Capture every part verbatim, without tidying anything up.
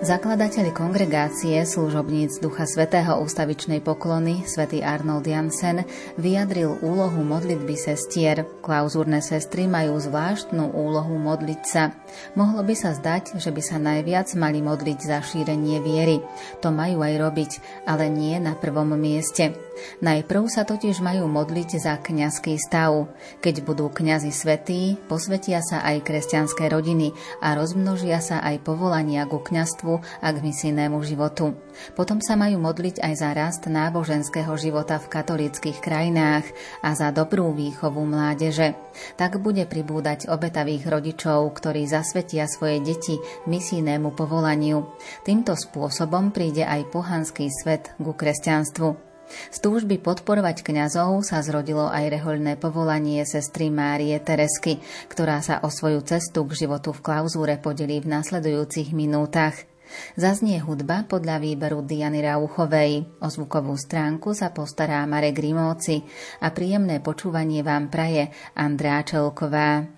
Zakladateľ kongregácie služobníc Ducha Svätého ústavičnej poklony svätý Arnold Jansen vyjadril úlohu modlitby sestier. Klauzúrne sestry majú zvláštnu úlohu modliť sa. Mohlo by sa zdať, že by sa najviac mali modliť za šírenie viery. To majú aj robiť, ale nie na prvom mieste. Najprv sa totiž majú modliť za kňazský stav. Keď budú kňazi svätí, posvetia sa aj kresťanské rodiny a rozmnožia sa aj povolania ku kňazstvu a k misijnému životu. Potom sa majú modliť aj za rast náboženského života v katolíckych krajinách a za dobrú výchovu mládeže. Tak bude pribúdať obetavých rodičov, ktorí zasvetia svoje deti misijnému povolaniu. Týmto spôsobom príde aj pohanský svet ku kresťanstvu. Z túžby podporovať kňazov sa zrodilo aj rehoľné povolanie sestry Márie Teresky, ktorá sa o svoju cestu k životu v klauzúre podelí v nasledujúcich minútach. Zaznie hudba podľa výberu Diany Rauchovej. O zvukovú stránku sa postará Marek Rimóci a príjemné počúvanie vám praje Andrea Čelková.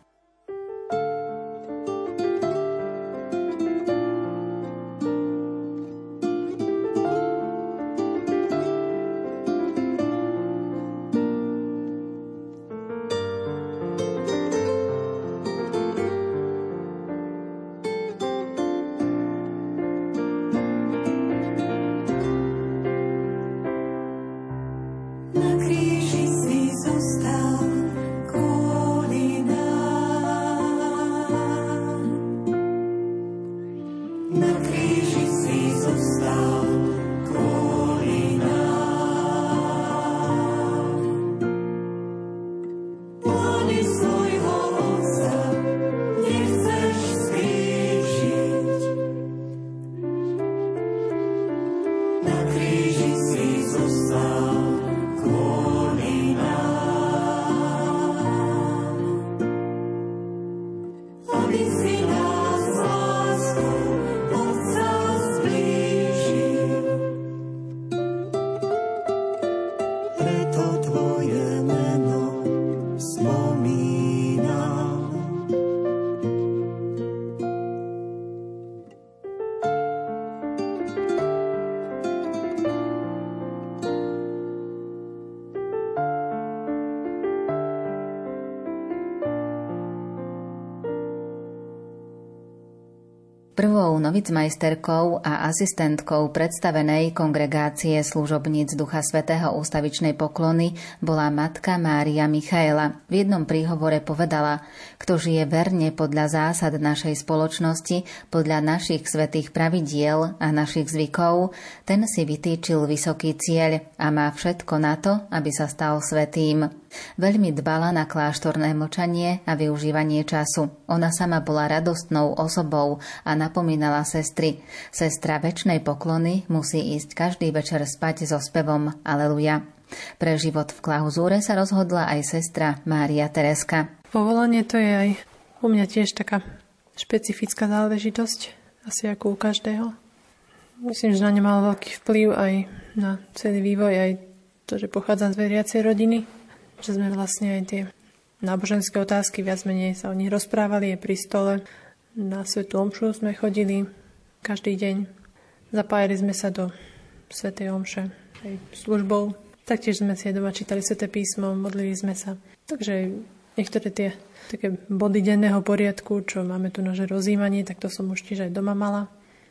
Prvou novicmajsterkou a asistentkou predstavenej kongregácie služobníc Ducha Svätého ústavičnej poklony bola matka Mária Michaela. V jednom príhovore povedala: kto žije verne podľa zásad našej spoločnosti, podľa našich svätých pravidiel a našich zvykov, ten si vytýčil vysoký cieľ a má všetko na to, aby sa stal svätým. Veľmi dbala na kláštorné mlčanie a využívanie času. Ona sama bola radostnou osobou a napomínala sestry: sestra večnej poklony musí ísť každý večer spať so spevom Aleluja. Pre život v klauzúre sa rozhodla aj sestra Mária Tereska. Povolanie to je aj u mňa tiež taká špecifická záležitosť, asi ako u každého. Myslím, že na ňa mal veľký vplyv aj na celý vývoj, aj to, že pochádzam z veriacej rodiny, že sme vlastne aj tie náboženské otázky viac menej sa o nich rozprávali aj pri stole. Na svätú omšu sme chodili každý deň. Zapájali sme sa do svätej omše aj službou. Taktiež sme si aj doma čítali sväté písmo, modlili sme sa. Takže niektoré tie také body denného poriadku, čo máme tu naše rozjímanie, tak to som už tiež aj doma mala.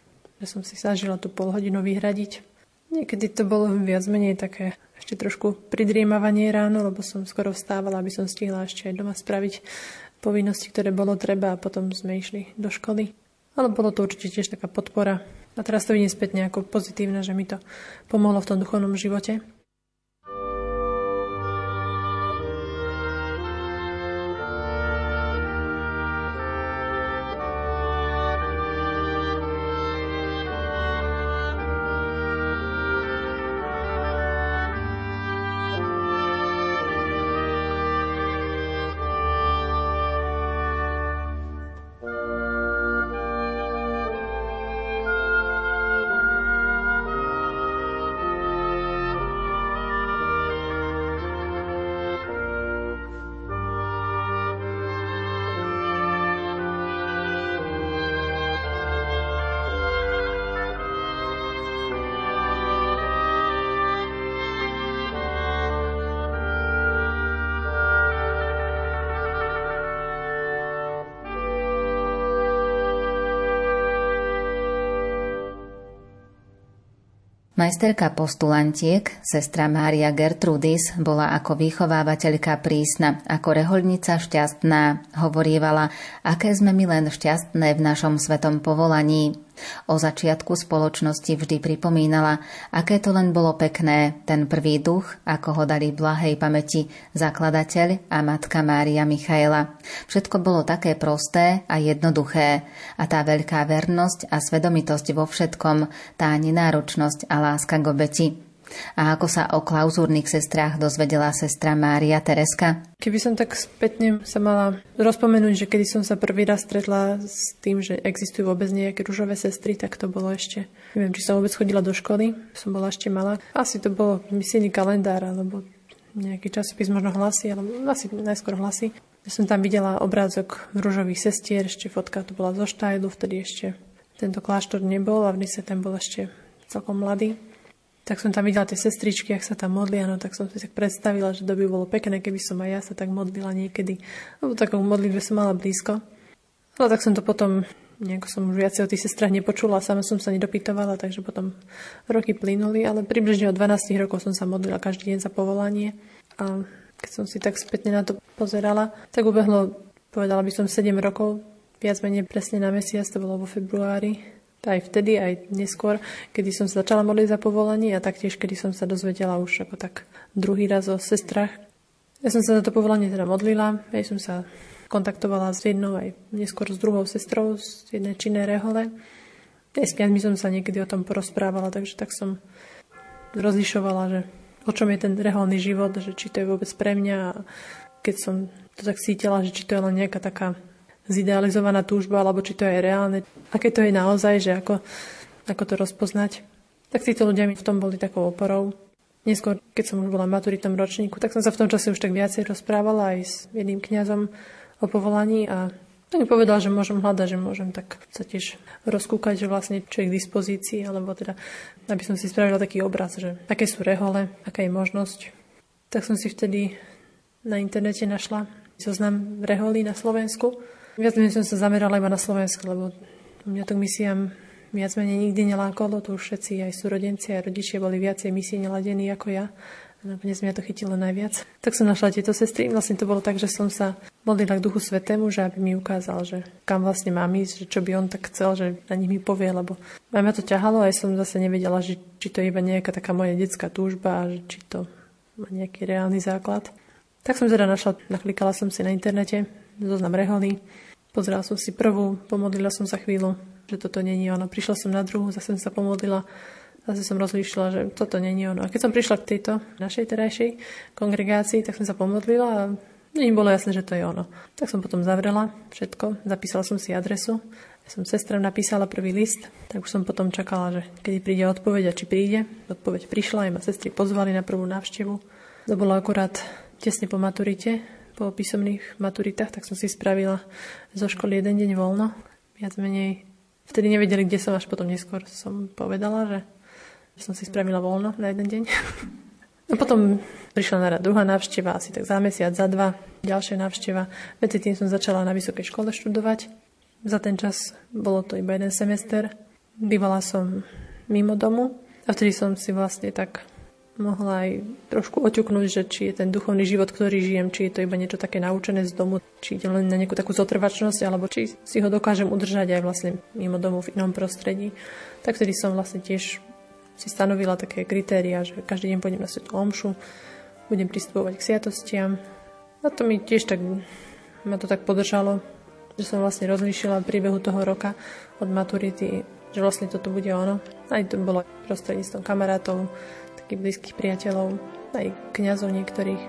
Že som si snažila tú pol hodinu vyhradiť. Niekedy to bolo viac menej také ešte trošku pridriemavanie ráno, lebo som skoro vstávala, aby som stihla ešte aj doma spraviť povinnosti, ktoré bolo treba, a potom sme išli do školy. Ale bolo to určite tiež taká podpora. A teraz to vidím späť nejako pozitívne, že mi to pomohlo v tom duchovnom živote. Majsterka postulantiek, sestra Mária Gertrudis, bola ako vychovávateľka prísna, ako rehoľnica šťastná. Hovorievala, aké sme my len šťastné v našom svetom povolaní. O začiatku spoločnosti vždy pripomínala, aké to len bolo pekné, ten prvý duch, ako ho dali blahej pamäti zakladateľ a matka Mária Michaela. Všetko bolo také prosté a jednoduché. A tá veľká vernosť a svedomitosť vo všetkom, tá nenáročnosť a láska k obeti. A ako sa o klauzúrnych sestrách dozvedela sestra Mária Tereska? Keby som tak spätne sa mala rozpomenúť, že kedy som sa prvý raz stretla s tým, že existujú vôbec nejaké ružové sestry, tak to bolo ešte, neviem, či som vôbec chodila do školy, som bola ešte malá. Asi to bolo misijný kalendár, alebo nejaký časopis, možno Hlasy, alebo asi najskôr Hlasy. Ja som tam videla obrázok ružových sestier, ešte fotka to bola zo Štajlu, vtedy ešte tento kláštor nebol a vždy sa tam bol ešte celkom mladý. Tak som tam videla tie sestričky, ak sa tam modlia, no tak som si tak predstavila, že to by bolo pekné, keby som aj ja sa tak modlila niekedy. Lebo takou modlitbe som mala blízko. Ale tak som to potom, nejako som už viacej o tých sestrách nepočula, sama som sa nedopytovala, takže potom roky plynuli, ale približne od dvanásť rokov som sa modlila každý deň za povolanie. A keď som si tak spätne na to pozerala, tak ubehlo, povedala by som, sedem rokov, viac menej presne na mesiac, to bolo vo februári. Aj vtedy, aj neskôr, kedy som sa začala modliť za povolanie a taktiež, kedy som sa dozvedela už ako tak druhý raz o sestrach. Ja som sa za to povolanie teda modlila, aj som sa kontaktovala s jednou, aj neskôr s druhou sestrou z jednej činnej rehole. Aj s kňazmi som sa niekedy o tom porozprávala, takže tak som rozlišovala, že o čom je ten reholný život, že či to je vôbec pre mňa. Keď som to tak cítila, že či to je len nejaká taká zidealizovaná túžba, alebo či to je reálne, aké to je naozaj, že ako, ako to rozpoznať. Tak títo ľudia mi v tom boli takou oporou. Neskôr, keď som už bola v maturitom ročníku, tak som sa v tom čase už tak viacej rozprávala aj s jedným kňazom o povolaní a on mi povedal, že môžem hľadať, že môžem tak sa tiež rozkúkať, že vlastne čo je k dispozícii, alebo teda, aby som si spravila taký obraz, že aké sú rehole, aká je možnosť. Tak som si vtedy na internete našla zoznam reholí na Slovensku. Viac menej som sa zamerala iba na Slovensku, lebo mňa to k misiám viac menej nikdy nelákalo. Tu už všetci, aj súrodenci, aj rodičia boli viacej misii neladení ako ja. A nakoniec mňa to chytilo najviac. Tak som našla tieto sestry. Vlastne to bolo tak, že som sa modlila k Duchu Svätému, že aby mi ukázal, že kam vlastne mám ísť, že čo by on tak chcel, že na nich mi povie, lebo aj ma to ťahalo, aj som zase nevedela, že či to je iba nejaká taká moja detská túžba, že či to má nejaký reálny základ. Tak som teda našla, naklikala som si na internete zoznam reholí. Pozerala som si prvú, pomodlila som sa chvíľu, že toto nie je ono. Prišla som na druhú, zase som sa pomodlila, zase som rozlíšila, že toto nie je ono. A keď som prišla k tejto našej terajšej kongregácii, tak som sa pomodlila a im bolo jasné, že to je ono. Tak som potom zavrela všetko, zapísala som si adresu, ja som sestram napísala prvý list, tak už som potom čakala, že kedy príde odpoveď a či príde. Odpoveď prišla, aj ma sestry pozvali na prvú návštevu. To bolo akurát tesne po maturite, po písomných maturitách, tak som si spravila zo školy jeden deň voľno. Viac menej vtedy nevedeli, kde som, až potom neskôr som povedala, že som si spravila voľno na jeden deň. A potom prišla na rad druhá návšteva, asi tak za mesiac, za dva, ďalšia návšteva. Medzi tým som začala na vysokej škole študovať. Za ten čas bolo to iba jeden semester. Bývala som mimo domu a vtedy som si vlastne tak mohla aj trošku oťuknúť, že či je ten duchovný život, ktorý žijem, či je to iba niečo také naučené z domu, či ide len na nejakú takú zotrvačnosť, alebo či si ho dokážem udržať aj vlastne mimo domu v inom prostredí. Tak vtedy som vlastne tiež si stanovila také kritéria, že každý deň pôjdem na svätú omšu, budem pristupovať k sviatostiam. A to mi tiež tak, ma to tak podržalo, že som vlastne rozlíšila v priebehu toho roka od maturity, že vlastne toto bude ono. Aj to bolo prostredníctvom kamarátov, takých blízkych priateľov, aj kňazov niektorých.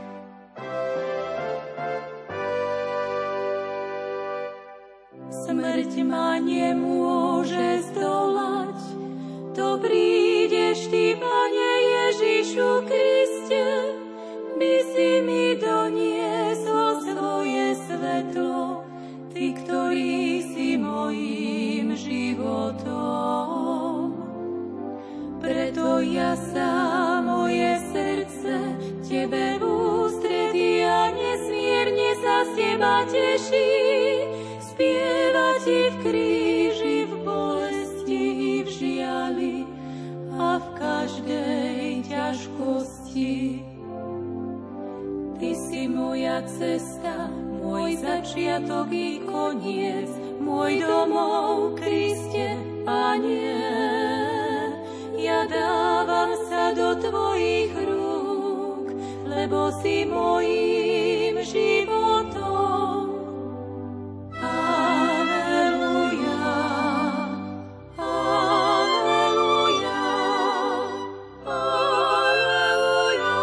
Smrť ma nemôže zdolať, to prídeš ty, Pane Ježišu Kriste, by si mi doniesol svoje svetlo, ty, ktorý si mojím životom. Preto ja sa moje srdce tebe v ústretí a nesmierne sa z teba teší, spieva ti v kríži, v bolesti i v žiali a v každej moja cesta, môj začiatok i koniec, môj domov, Kriste, Pane. Ja dávam sa do Tvojich rúk, lebo si mojím životom. Aleluja, aleluja, aleluja.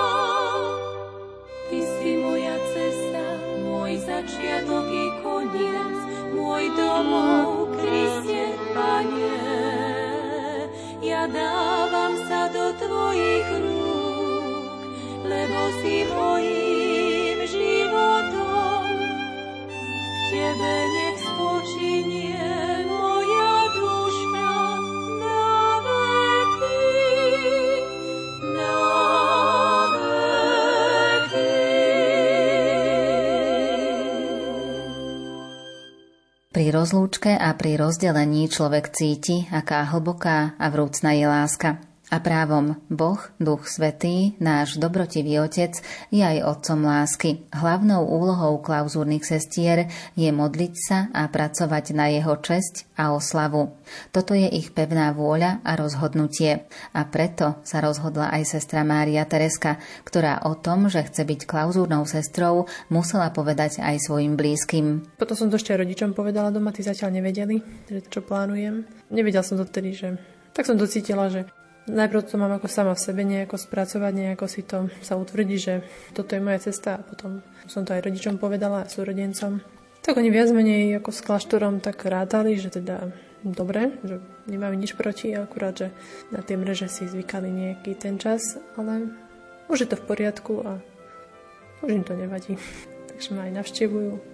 Ty si moja cesta, môj začiatok i koniec, môj domov, Kriste, Pane. Ja dávam sa do Tvojich rúk, lebo si mojím životom. V Tebe nech spočinie moja duša na veky, na veky. Pri rozlúčke a pri rozdelení človek cíti, aká hlboká a vrúcna je láska. A právom, Boh, Duch Svätý, náš dobrotivý Otec, je aj Otcom lásky. Hlavnou úlohou klauzúrnych sestier je modliť sa a pracovať na jeho česť a oslavu. Toto je ich pevná vôľa a rozhodnutie. A preto sa rozhodla aj sestra Mária Tereska, ktorá o tom, že chce byť klauzúrnou sestrou, musela povedať aj svojim blízkym. Potom som to ešte rodičom povedala doma, tí zatiaľ nevedeli, že to, čo plánujem. Nevedela som to vtedy, že... Tak som to cítila, že najprv to mám ako sama v sebe nejako spracovať, nejako si to sa utvrdí, že toto je moja cesta a potom som to aj rodičom povedala a súrodencom. Tak oni viac menej ako s kláštorom tak rátali, že teda dobre, že nemajú nič proti, akurát, že na tie mreže si zvykali nejaký ten čas, ale už je to v poriadku a už im to nevadí. Takže ma aj navštevujú.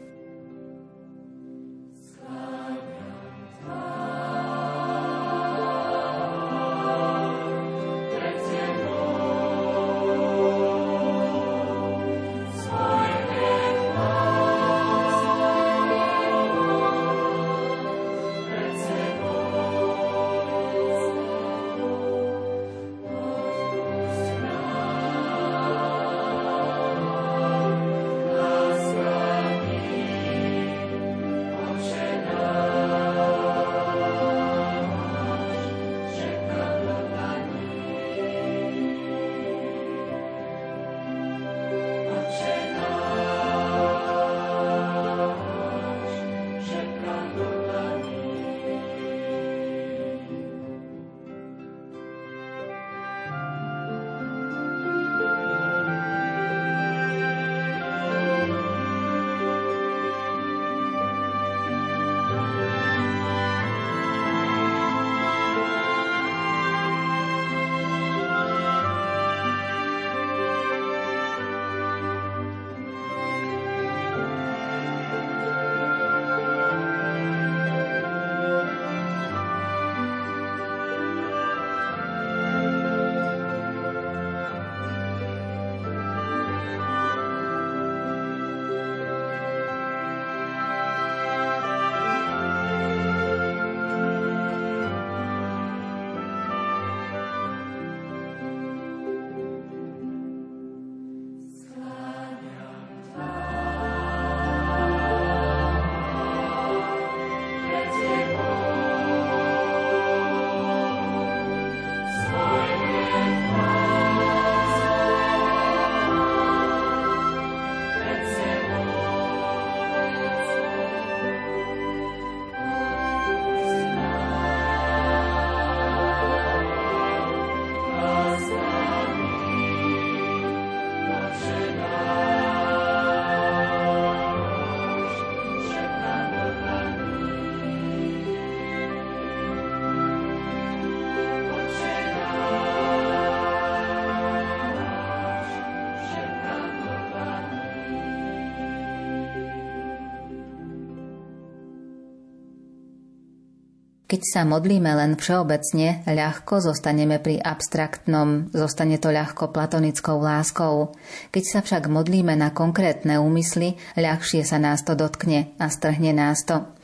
Keď sa modlíme len všeobecne, ľahko zostaneme pri abstraktnom, zostane to ľahko platonickou láskou. Keď sa však modlíme na konkrétne úmysly, ľahšie sa nás to dotkne a strhne nás to.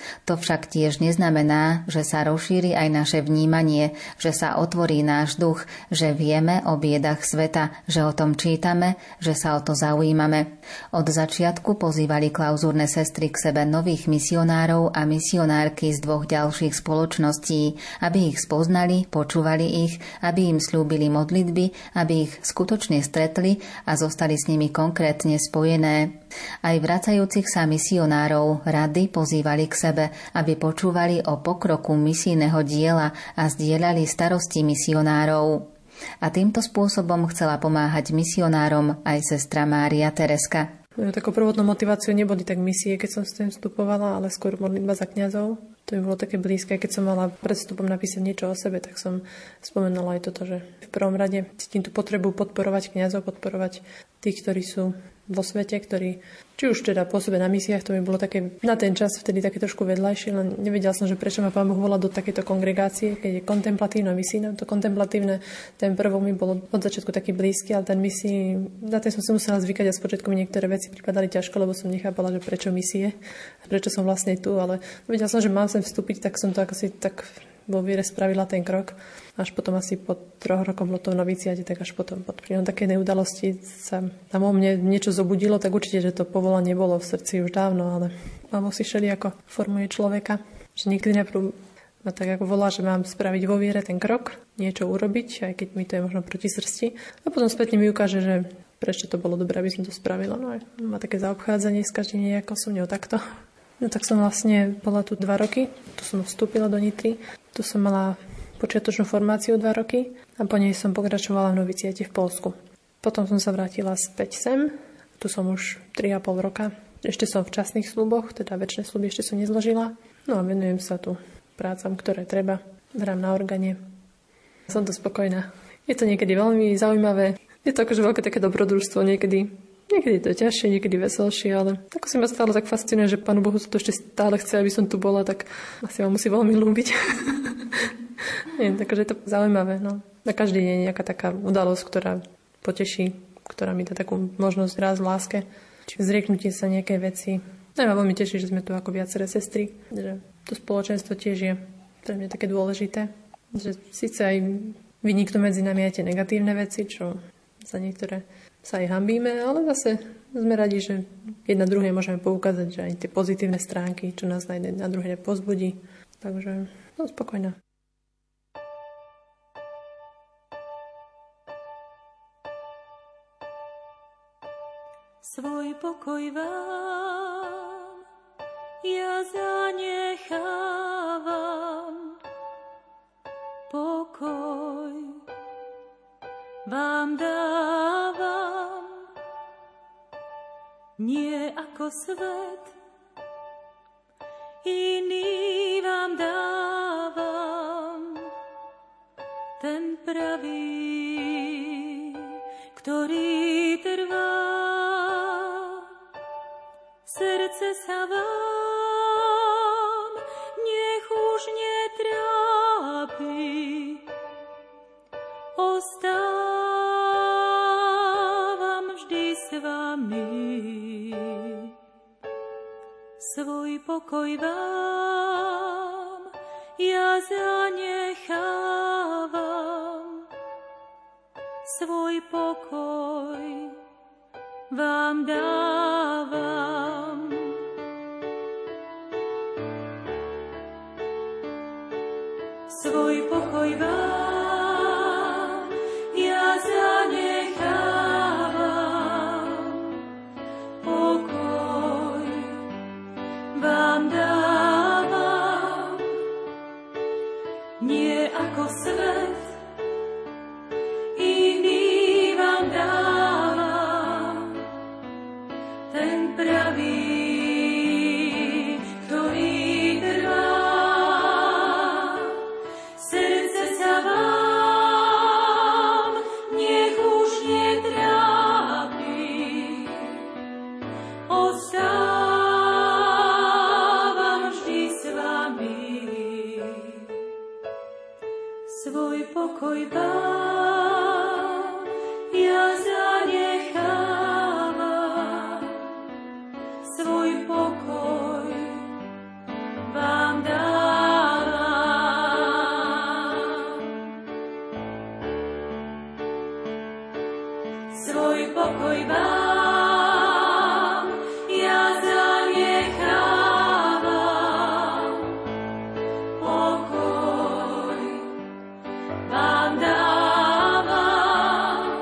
To však tiež neznamená, že sa rozšíri aj naše vnímanie, že sa otvorí náš duch, že vieme o biedach sveta, že o tom čítame, že sa o to zaujímame. Od začiatku pozývali klauzúrne sestry k sebe nových misionárov a misionárky z dvoch ďalších spoločností, aby ich spoznali, počúvali ich, aby im slúbili modlitby, aby ich skutočne stretli a zostali s nimi konkrétne spojené. Aj vracajúcich sa misionárov rady pozývali k sebe, aby počúvali o pokroku misijného diela a zdieľali starosti misionárov. A týmto spôsobom chcela pomáhať misionárom aj sestra Mária Tereska. Takou prvotnou motiváciou neboli tak misie, keď som s tým vstupovala, ale skôr modlitba za kňazov. To mi bolo také blízke. Keď som mala pred vstupom napísať niečo o sebe, tak som spomenula aj toto, že v prvom rade cítim tú potrebu podporovať kňazov, podporovať tých, ktorí sú vo svete, ktorí či už teda pôsobia na misiách, to mi bolo také na ten čas vtedy také trošku vedľajšie, len nevedela som, že prečo ma Pán Boh volá do takéto kongregácie, keď je kontemplatívna misijná. To kontemplatívne, ten prvok mi bolo od začiatku taký blízky, ale ten misí, na ten som si musela zvykať a spočiatku mi niektoré veci pripadali ťažko, lebo som nechápala, že prečo misie, prečo som vlastne tu, ale vedela som, že mám sem vstúpiť, tak som to ako si tak vo viere spravila ten krok. Až potom asi po troch rokoch bolo to v noviciate, tak až potom pod prínom také neudalosti sa tam o mne niečo zobudilo, tak určite, že to povolanie bolo v srdci už dávno, ale mám si šeli ako formuje človeka. Že niekedy najprv ma tak ako volá, že mám spraviť vo viere ten krok, niečo urobiť, aj keď mi to je možno proti srsti. A potom spätne mi ukáže, že prečo to bolo dobré, aby som to spravila. No aj má také zaobchádzanie s každým nejako som ňou takto. No tak som vlastne bola tu dva roky, tu som vstúpila do Nitry, tu som mala počiatočnú formáciu dva roky a po nej som pokračovala v noviciate v Poľsku. Potom som sa vrátila späť sem, tu som už tri a pol roka. Ešte som v časných sľuboch, teda večné sľuby ešte som nezložila. No a venujem sa tu prácam, ktoré treba. Hrám na organe. Som tu spokojná. Je to niekedy veľmi zaujímavé. Je to akože veľké také dobrodružstvo niekedy. Niekedy to je ťažšie, niekedy veselšie, ale ako si ma stále tak fascinuje, že Pánu Bohu to ešte stále chce, aby som tu bola, tak asi ma musí veľmi ľúbiť. Nie, takže je to zaujímavé. No. Na každý deň je nejaká taká udalosť, ktorá poteší, ktorá mi dá takú možnosť raz v láske. Či zrieknutie sa nejakej veci. No ma veľmi teší, že sme tu ako viaceré sestry. Že to spoločenstvo tiež je pre mňa také dôležité. Že síce aj vyniknú medzi nami aj tie negatívne veci, čo za niektoré sa aj hanbíme, ale zase sme radi, že jedna druhé môžeme poukázať, že aj tie pozitívne stránky, čo nás na jednej na druhé pozbudí. Takže no, spokojná. Svoj pokoj vám ja zanechávam, pokoj vám dávam, nie ako svet, iný vám dávam, ten pravý, ktorý trvá. Srdce sa vám nech už netrápi, ostávam vždy s vami. Svoj pokoj vám ja zanechávam, svoj pokoj vám dávam. Svoj pokoj vám ja zanechávam, pokoj vám dávam, nie ako svet, iný vám dávam, ten pravý, ktorý trvá. Srdce sa vám svoj pokoj vám ja zanechávam. Pokoj vám dávam,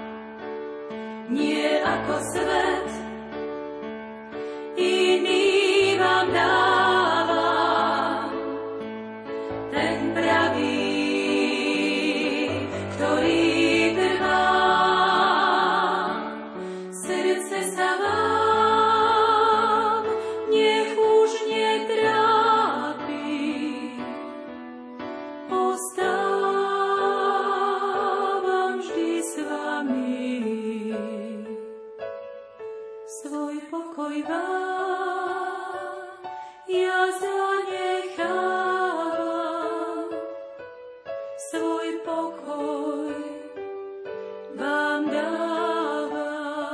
nie ako svet, iný vám dávam, ten pravý, ktorý trvá. Srdce sa vám nech už netrápi, ostávam vždy s vami. Svoj pokoj vám ja zanechávam, svoj pokoj vám dávam.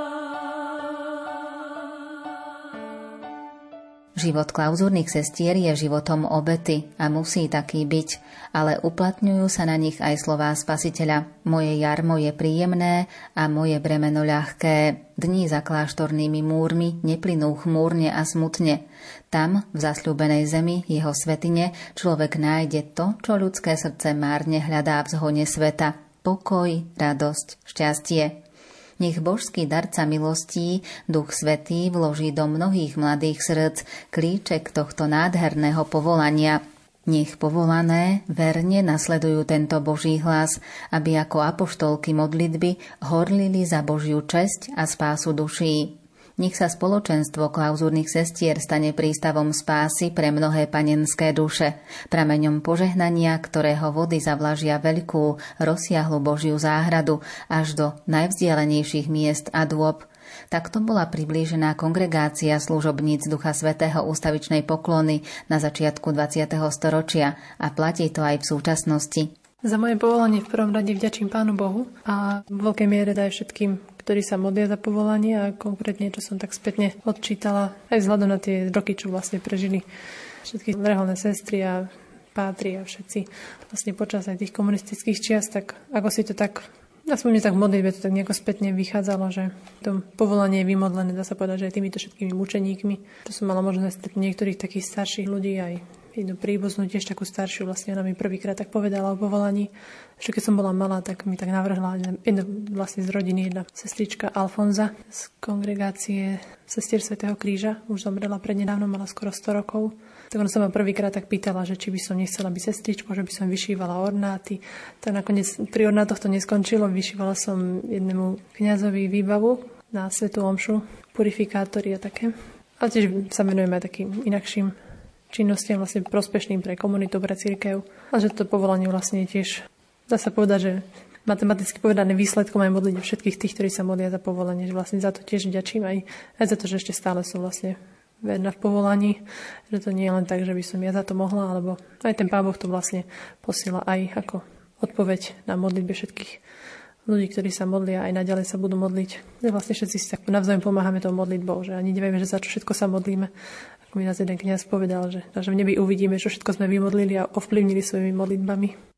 Život klauzúrnych sestier je životom obety a musí taký byť, ale uplatňujú sa na nich aj slová Spasiteľa. Moje jarmo je príjemné a moje bremeno ľahké. Dni za kláštornými múrmi neplynú chmúrne a smutne. Tam, v zasľúbenej zemi, jeho svätyne, človek nájde to, čo ľudské srdce márne hľadá v zhone sveta. Pokoj, radosť, šťastie. Nech božský darca milostí, Duch Svätý, vloží do mnohých mladých srdc klíček tohto nádherného povolania. Nech povolané verne nasledujú tento Boží hlas, aby ako apoštolky modlitby horlili za Božiu česť a spásu duší. Nech sa spoločenstvo klauzúrnych sestier stane prístavom spásy pre mnohé panenské duše, prameňom požehnania, ktorého vody zavlažia veľkú, rozsiahlu Božiu záhradu až do najvzdialenejších miest a dôb. Takto bola priblížená kongregácia služobníc Ducha Svätého ústavičnej poklony na začiatku dvadsiateho storočia a platí to aj v súčasnosti. Za moje povolanie v prvom rade vďačím Pánu Bohu a v veľkej miere aj všetkým, ktorí sa modlia za povolanie a konkrétne, čo som tak spätne odčítala, aj vzhľadom na tie roky, čo vlastne prežili všetky reholné sestry a pátri a všetci vlastne počas aj tých komunistických čias, tak ako si to tak, aspoň mne tak v modlitbe to tak nejako spätne vychádzalo, že to povolanie je vymodlené, dá sa povedať, že aj týmito všetkými mučeníkmi. To som mala možnosť stretnúť niektorých takých starších ľudí, aj jednu príbuznú, tiež takú staršiu, vlastne ona mi prvýkrát tak povedala o povolaní. Ešte keď som bola malá, tak mi tak navrhla jedna vlastne z rodiny, jedna sestrička Alfonza z kongregácie Sestier Svätého Kríža, už zomrela prednedávno, mala skoro sto rokov. Tak ona sa ma prvýkrát tak pýtala, že či by som nechcela byť sestričkou, že by som vyšívala ornáty. Tak nakoniec pri ornátoch to neskončilo, vyšívala som jednému kňazovi výbavu na svätú omšu, purifikátory a také. Ale tiež sa venujeme aj takým inakším činnostiam vlastne prospešným pre komunitu, pre cirkev. A že to povolanie vlastne tiež, dá sa povedať, že matematicky povedané výsledkom aj modlite všetkých tých, ktorí sa modlia za povolanie. Že vlastne za to tiež vďačím aj, aj za to, že ešte stále som vlastne verná v povolaní. Že to nie je len tak, že by som ja za to mohla, alebo aj ten Pán Boh to vlastne posiela aj ako odpoveď na modlitbe všetkých ľudí, ktorí sa modlia, aj naďalej sa budú modliť. Vlastne všetci si tak navzájom pomáhame tou modlitbou, že ani nevieme, že za čo všetko sa modlíme. Ako mi nás jeden kňaz povedal, že, že v nebi uvidíme, čo všetko sme vymodlili a ovplyvnili svojimi modlitbami.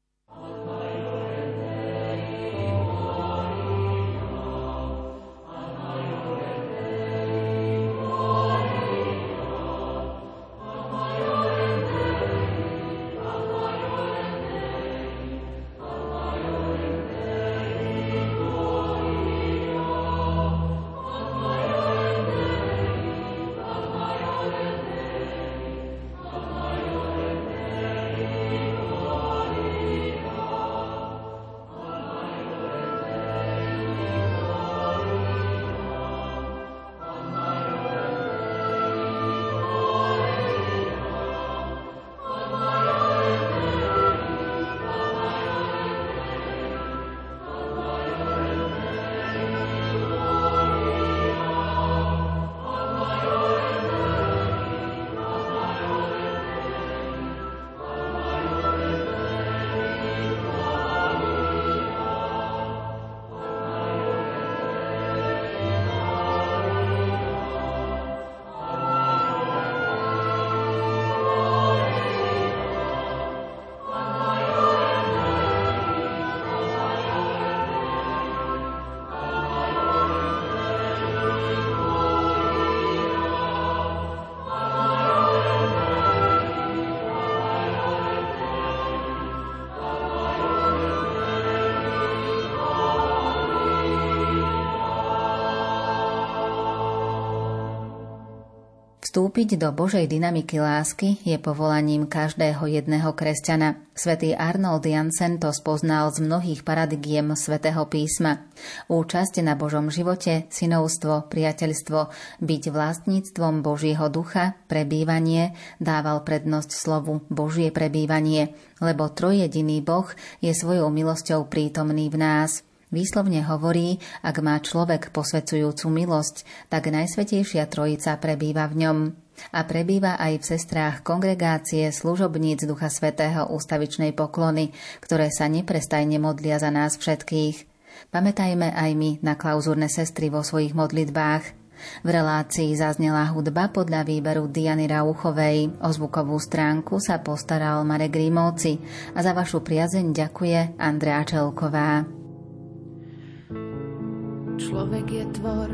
Vstúpiť do Božej dynamiky lásky je povolaním každého jedného kresťana. Svätý Arnold Jansen to spoznal z mnohých paradigiem Svätého písma. Účasť na Božom živote, synovstvo, priateľstvo, byť vlastníctvom Božieho ducha, prebývanie, dával prednosť slovu Božie prebývanie, lebo trojjediný Boh je svojou milosťou prítomný v nás. Výslovne hovorí, ak má človek posvedzujúcu milosť, tak Najsvätejšia Trojica prebýva v ňom. A prebýva aj v sestrách kongregácie služobníc Ducha Svätého ústavičnej poklony, ktoré sa neprestajne modlia za nás všetkých. Pamätajme aj my na klauzúrne sestry vo svojich modlitbách. V relácii zaznela hudba podľa výberu Diany Rauchovej. O zvukovú stránku sa postaral Marek Rímovci a za vašu priazeň ďakuje Andrea Čelková. Človek je tvor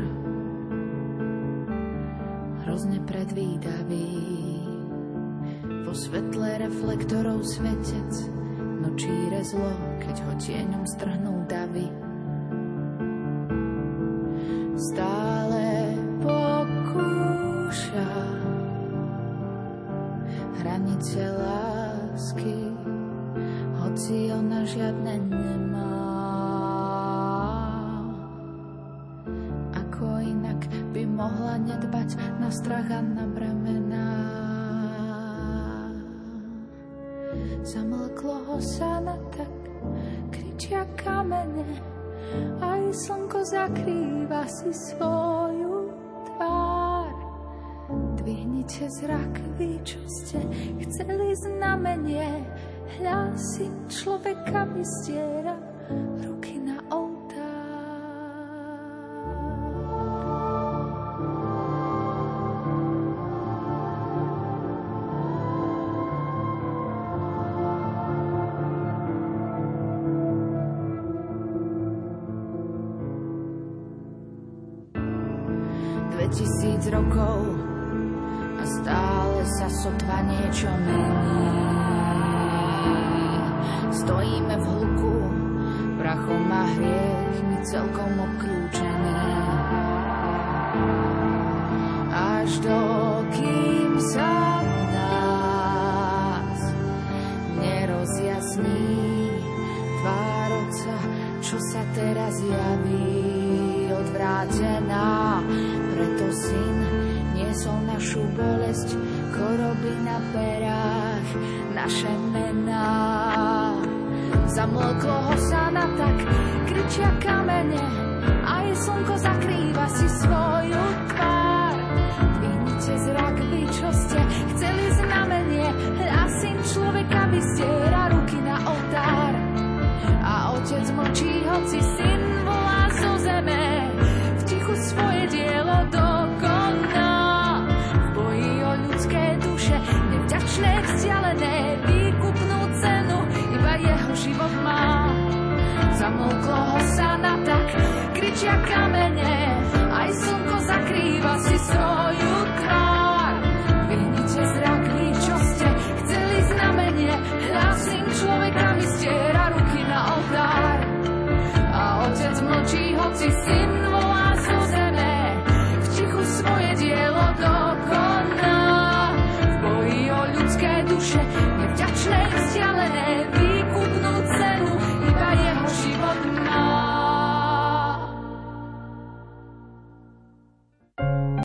hrozne predvídavý, vo svetle reflektorov svetec nočíre zlo, keď ho tieňom strhnú davy. Stále pokúša hranice lásky, hoci ona žiadne nemá. By mohla nedbať na strach a na bremená. Zamlklo ho sa na tak, kričia kamene, aj slnko zakrýva si svoju tvár. Dvihnite zrak, vy, čo ste chceli znamenie, hľa si človeka vystiera ruky na oltár. Tisíc rokov a stále sa sotva niečo mení. Stojíme v hluku, prachom a hriechmi celkom obklúčení. Až dokým sa v nás nerozjasní tvár Otca, čo sa teraz javí odvrátená. Preto Syn niesol našu bolesť, choroby na perách, naše mená. Zamlklo ho sa na tak, kričia kamene, aj slnko zakrýva si svoj